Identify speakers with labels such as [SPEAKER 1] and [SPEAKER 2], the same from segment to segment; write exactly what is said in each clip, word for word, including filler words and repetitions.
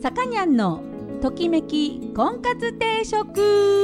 [SPEAKER 1] さかにゃんのときめき婚活定食。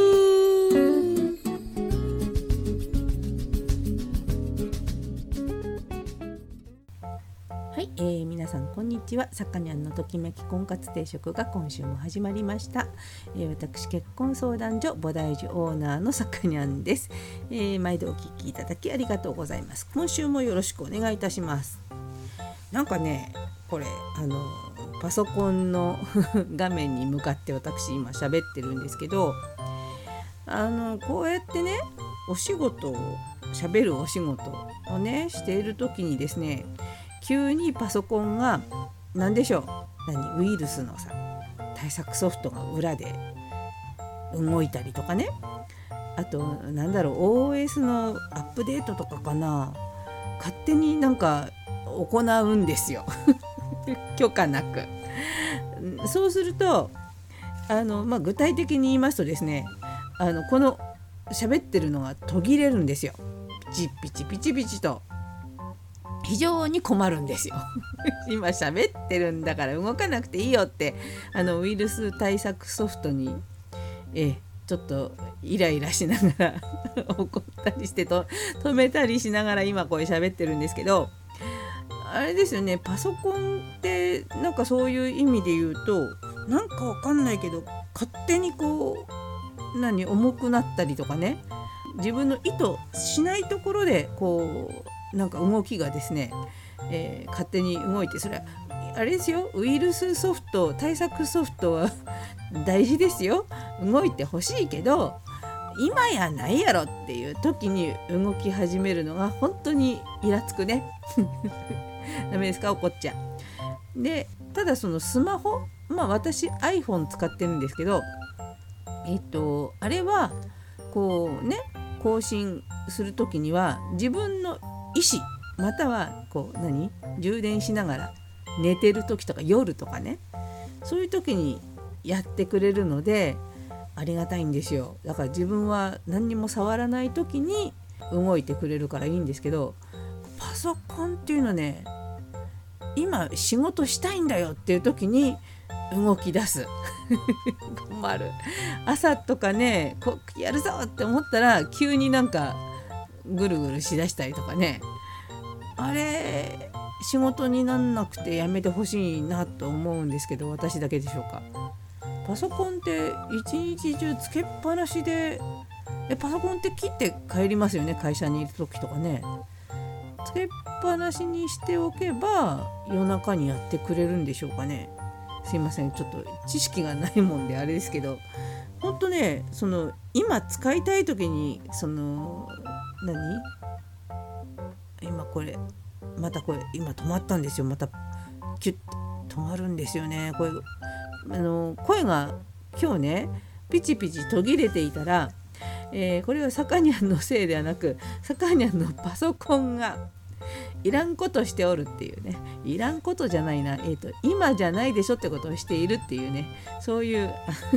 [SPEAKER 1] はい、えー、皆さんこんにちは。さかにゃんのときめき婚活定食が今週も始まりました。えー、私結婚相談所菩提樹オーナーのさかにゃんです。えー、毎度お聞きいただきありがとうございます。今週もよろしくお願いいたします。なんかね、これあのパソコンの画面に向かって私今喋ってるんですけど、あのこうやってねお仕事を喋るお仕事をねしている時にですね、急にパソコンが何でしょう何ウイルスのさ対策ソフトが裏で動いたりとかね、あとなんだろう オーエス のアップデートとかかな、勝手になんか行うんですよ許可なく。そうするとあの、まあ、具体的に言いますとですね、あのこの喋ってるのが途切れるんですよ。ピチピチピチピチと非常に困るんですよ今喋ってるんだから動かなくていいよってあのウイルス対策ソフトにえちょっとイライラしながら怒ったりしてと止めたりしながら今これ喋ってるんですけど、あれですよね、パソコンってなんかそういう意味で言うとなんかわかんないけど勝手にこう何重くなったりとかね、自分の意図しないところでこうなんか動きがですね、えー、勝手に動いて、それはあれですよ、ウイルスソフト対策ソフトは大事ですよ、動いてほしいけど今やないやろっていう時に動き始めるのが本当にイラつくねダメですか、怒っちゃう。でただそのスマホ、まあ私 iPhone 使ってるんですけど、えっとあれはこうね更新するときには自分の意思またはこう何充電しながら寝てる時とか夜とかね、そういう時にやってくれるのでありがたいんですよ。だから自分は何にも触らない時に動いてくれるからいいんですけど、パソコンっていうのはね、今仕事したいんだよっていう時に動き出す困る。朝とかねこやるぞって思ったら急になんかぐるぐるしだしたりとかね、あれ仕事になんなくてやめてほしいなと思うんですけど、私だけでしょうか。パソコンって一日中つけっぱなしで、えパソコンって切って帰りますよね、会社にいる時とかね。つけっぱなしにしておけば夜中にやってくれるんでしょうかね。すいません、ちょっと知識がないもんであれですけど、本当ね、その今使いたい時にその何今これまたこれ今止まったんですよ。またキュッと止まるんですよね。これあの声が今日ねピチピチ途切れていたら、えー、これはさかにゃんのせいではなくさかにゃんのパソコンがいらんことしておるっていうね、いらんことじゃないな、えーと今じゃないでしょってことをしているっていうね、そういう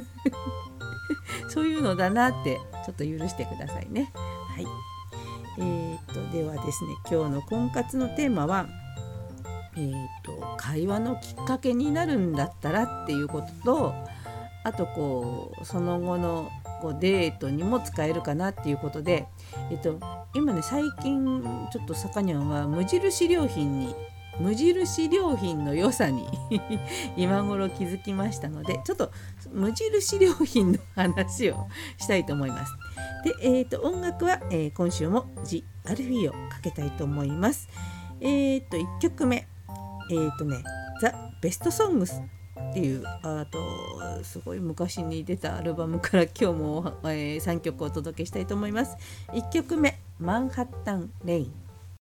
[SPEAKER 1] そういうのだなってちょっと許してくださいね。はい、えーとではですね、今日の婚活のテーマは、えーと会話のきっかけになるんだったらっていうことと、あとこうその後のこうデートにも使えるかなっていうことで、えっと今ね最近ちょっとさかにゃんは無印良品に無印良品の良さに今頃気づきましたので、ちょっと無印良品の話をしたいと思います。で、えー、と音楽は、えー、今週もジ・アルフィーをかけたいと思います。えー、といっきょくめ、えーとね、ザ・ベストソングスっていうあとすごい昔に出たアルバムから今日も、えー、さんきょくお届けしたいと思います。いっきょくめ、マンハッタン・レイン。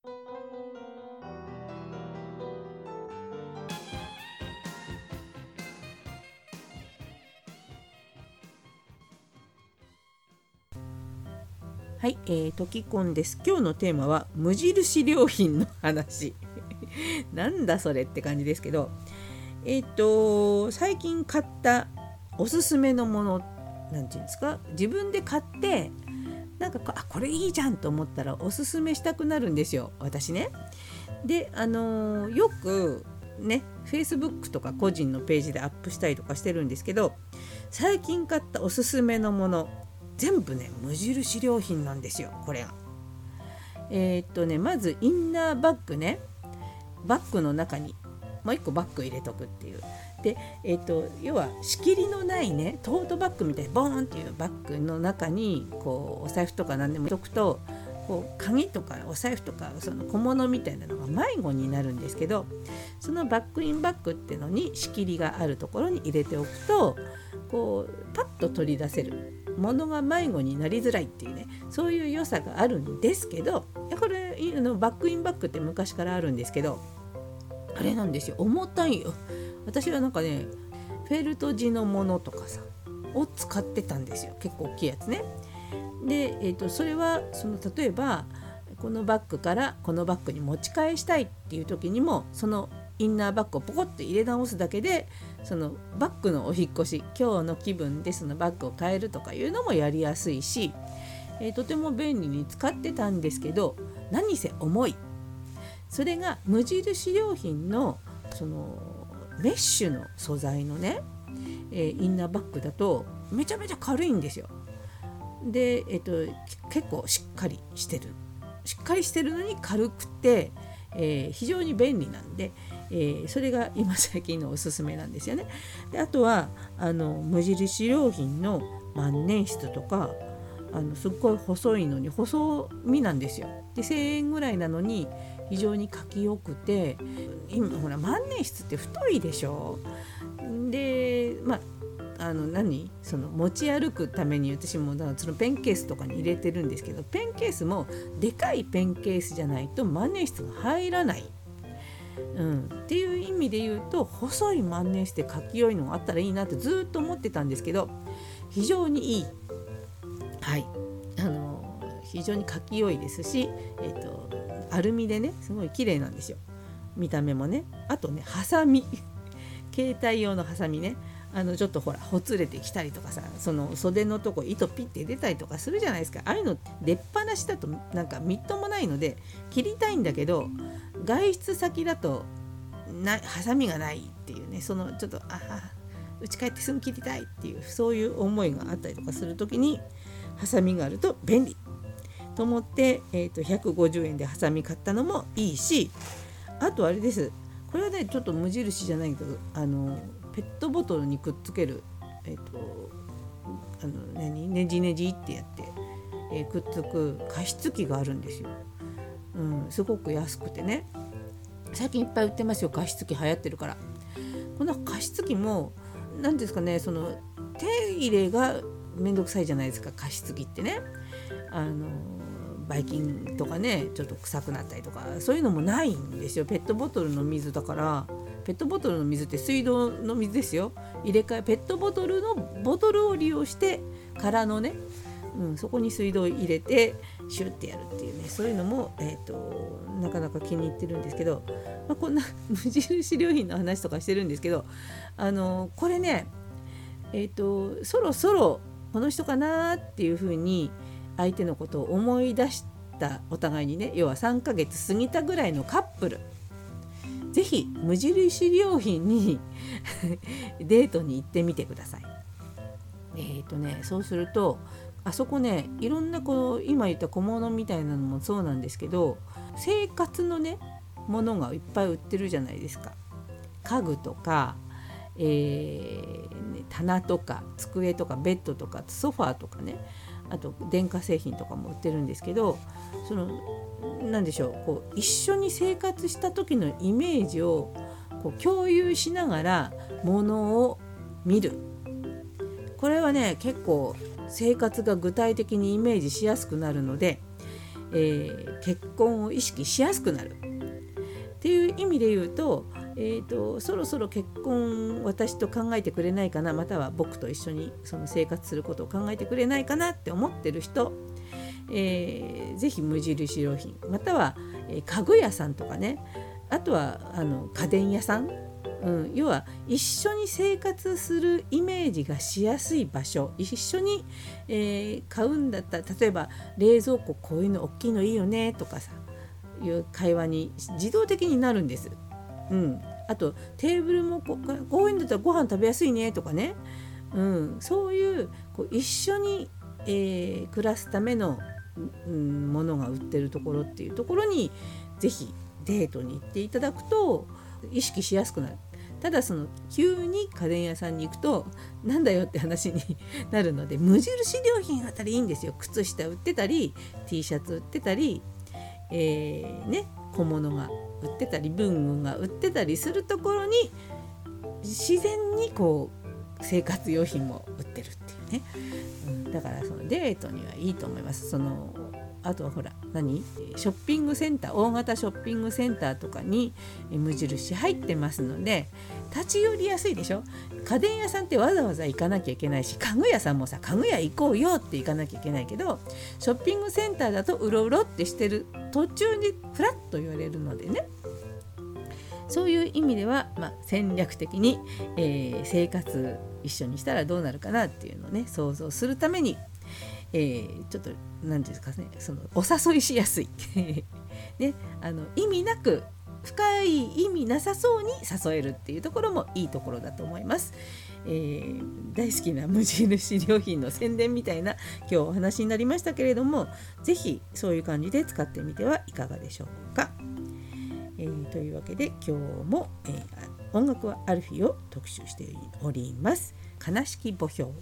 [SPEAKER 1] はい、えー、トキコンです。今日のテーマは無印良品の話なんだそれって感じですけど、えっと最近買ったおすすめのものなんていうんですか、自分で買ってなんかあこれいいじゃんと思ったらおすすめしたくなるんですよ、私ね。であのー、よくね Facebook とか個人のページでアップしたりとかしてるんですけど、最近買ったおすすめのもの全部ね無印良品なんですよ。これがえー、っとねまずインナーバッグね、バッグの中にもう一個バッグ入れとくっていう。で、えー、と要は仕切りのないねトートバッグみたいにボーンっていうバッグの中にこうお財布とか何でも入れとくと、こう鍵とかお財布とかその小物みたいなのが迷子になるんですけど、そのバッグインバッグっていうのに仕切りがあるところに入れておくと、こうパッと取り出せる、物が迷子になりづらいっていうね、そういう良さがあるんですけど、これあのバッグインバッグって昔からあるんですけど、あれなんですよ、重たいよ。私はなんかねフェルト地のものとかさを使ってたんですよ。結構大きいやつね。で、えーと、それはその例えばこのバッグからこのバッグに持ち返したいっていう時にも、そのインナーバッグをポコッと入れ直すだけで、そのバッグのお引っ越し、今日の気分でそのバッグを変えるとかいうのもやりやすいし、えー、とても便利に使ってたんですけど、何せ重い。それが無印良品のそのメッシュの素材のね、えー、インナーバッグだとめちゃめちゃ軽いんですよ。で、えー、と結構しっかりしてるしっかりしてるのに軽くて、えー、非常に便利なんで、えー、それが今最近のおすすめなんですよね。であとはあの無印良品の万年筆とか、あのすっごい細いのに細身なんですよ。でせんえんぐらいなのに非常に書きよくて、今ほら万年筆って太いでしょ。でまああの何その持ち歩くために私もだからそのペンケースとかに入れてるんですけど、ペンケースもでかいペンケースじゃないと万年筆が入らない、うん、っていう意味で言うと、細い万年筆で書きよいのがあったらいいなってずっと思ってたんですけど、非常にいい、はいあの非常に書きよいですし、えーとアルミでねすごい綺麗なんですよ、見た目もね。あとねハサミ携帯用のハサミね、あのちょっとほらほつれてきたりとかさ、その袖のとこ糸ピッて出たりとかするじゃないですか。ああいうの出っ放しだとなんかみっともないので切りたいんだけど、外出先だとなハサミがないっていうね、そのちょっとあ家帰ってすぐ切りたいっていうそういう思いがあったりとかするときにハサミがあると便利と思って、えーと、ひゃくごじゅうえんでハサミ買ったのもいいし、あとあれです、これはねちょっと無印じゃないけど、あのペットボトルにくっつける、えーと、あの何ねじねじってやって、えー、くっつく加湿器があるんですよ、うん、すごく安くてね、最近いっぱい売ってますよ、加湿器流行ってるから。この加湿器も何ですかね、その手入れがめんどくさいじゃないですか、加湿器ってね。あのばい菌とかねちょっと臭くなったりとかそういうのもないんですよ。ペットボトルの水だから、ペットボトルの水って水道の水ですよ。入れ替えペットボトルのボトルを利用して空のね、うん、そこに水道を入れてシュッてやるっていうね、そういうのも、えーと、なかなか気に入ってるんですけど、まあ、こんな無印良品の話とかしてるんですけど、あのこれね、えーと、そろそろこの人かなっていう風に相手のことを思い出したお互いにね、要はさんかげつ過ぎたぐらいのカップル、ぜひ無印良品にデートに行ってみてください。えーとね、そうするとあそこね、いろんなこう今言った小物みたいなのもそうなんですけど、生活のねものがいっぱい売ってるじゃないですか。家具とか、えーね、棚とか机とかベッドとかソファーとかね、あと電化製品とかも売ってるんですけど、その何でしょう、こう一緒に生活した時のイメージをこう共有しながらものを見る。これはね結構生活が具体的にイメージしやすくなるので、えー、結婚を意識しやすくなるっていう意味で言うと、えーと、そろそろ結婚私と考えてくれないかな、または僕と一緒にその生活することを考えてくれないかなって思ってる人、えー、ぜひ無印良品、または、えー、家具屋さんとかね、あとはあの家電屋さん、うん、要は一緒に生活するイメージがしやすい場所、一緒に、えー、買うんだったら、例えば冷蔵庫こういうの大きいのいいよねとかさいう会話に自動的になるんです。 うん、あとテーブルもこうこういうんだったらご飯食べやすいねとかね、うん、そういう、こう一緒に、えー、暮らすための、うん、ものが売ってるところっていうところにぜひデートに行っていただくと意識しやすくなる。ただその急に家電屋さんに行くとなんだよって話になるので、無印良品あたりいいんですよ。靴下売ってたり T シャツ売ってたり、えーね、小物が売ってたり文具が売ってたりするところに自然にこう生活用品も売ってるっていうね、うん、だからそのデートにはいいと思います。そのあとはほら何ショッピングセンター、大型ショッピングセンターとかに無印入ってますので立ち寄りやすいでしょ。家電屋さんってわざわざ行かなきゃいけないし、家具屋さんもさ家具屋行こうよって行かなきゃいけないけど、ショッピングセンターだとうろうろってしてる途中にフラッと言われるのでね、そういう意味では、まあ、戦略的に、えー、生活一緒にしたらどうなるかなっていうのをね想像するために、えー、ちょっと何て言うんですかね、そのお誘いしやすい、ね、あの意味なく深い意味なさそうに誘えるっていうところもいいところだと思います。えー、大好きな無印良品の宣伝みたいな今日お話になりましたけれども、ぜひそういう感じで使ってみてはいかがでしょうか。えー、というわけで今日も、えー、音楽はアルフィを特集しております。悲しき墓標。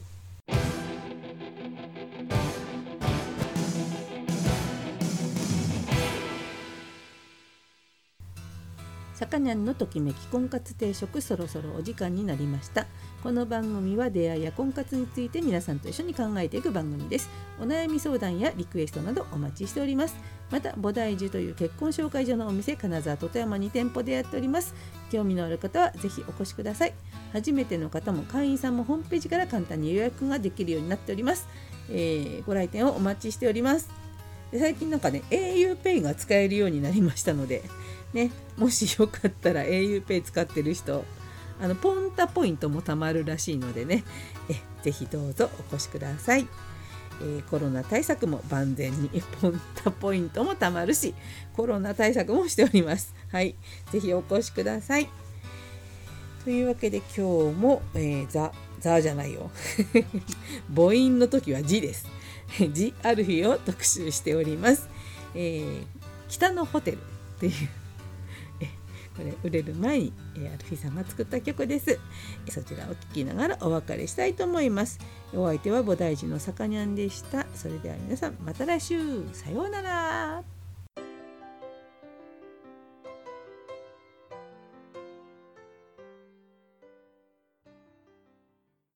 [SPEAKER 1] さかにゃんのときめき婚活定食、そろそろお時間になりました。この番組は出会いや婚活について皆さんと一緒に考えていく番組です。お悩み相談やリクエストなどお待ちしております。また菩提寺という結婚紹介所のお店、金沢と富山に店舗でやっております。興味のある方はぜひお越しください。初めての方も会員さんもホームページから簡単に予約ができるようになっております。えー、ご来店をお待ちしております。で最近なんかね auPay が使えるようになりましたのでね、もしよかったら auPay 使ってる人、あのポンタポイントもたまるらしいのでね、えぜひどうぞお越しください。えー、コロナ対策も万全にポンタポイントもたまるし、コロナ対策もしております。はい、ぜひお越しください。というわけで今日も、えー、ザザじゃないよ母音の時は字です。字アルフィを特集しております。えー、北のホテルっていうこれ売れる前に、えー、アルフィさんが作った曲です。そちらを聴きながらお別れしたいと思います。お相手は菩提寺のさかにゃんでした。それでは皆さんまた来週、さようなら。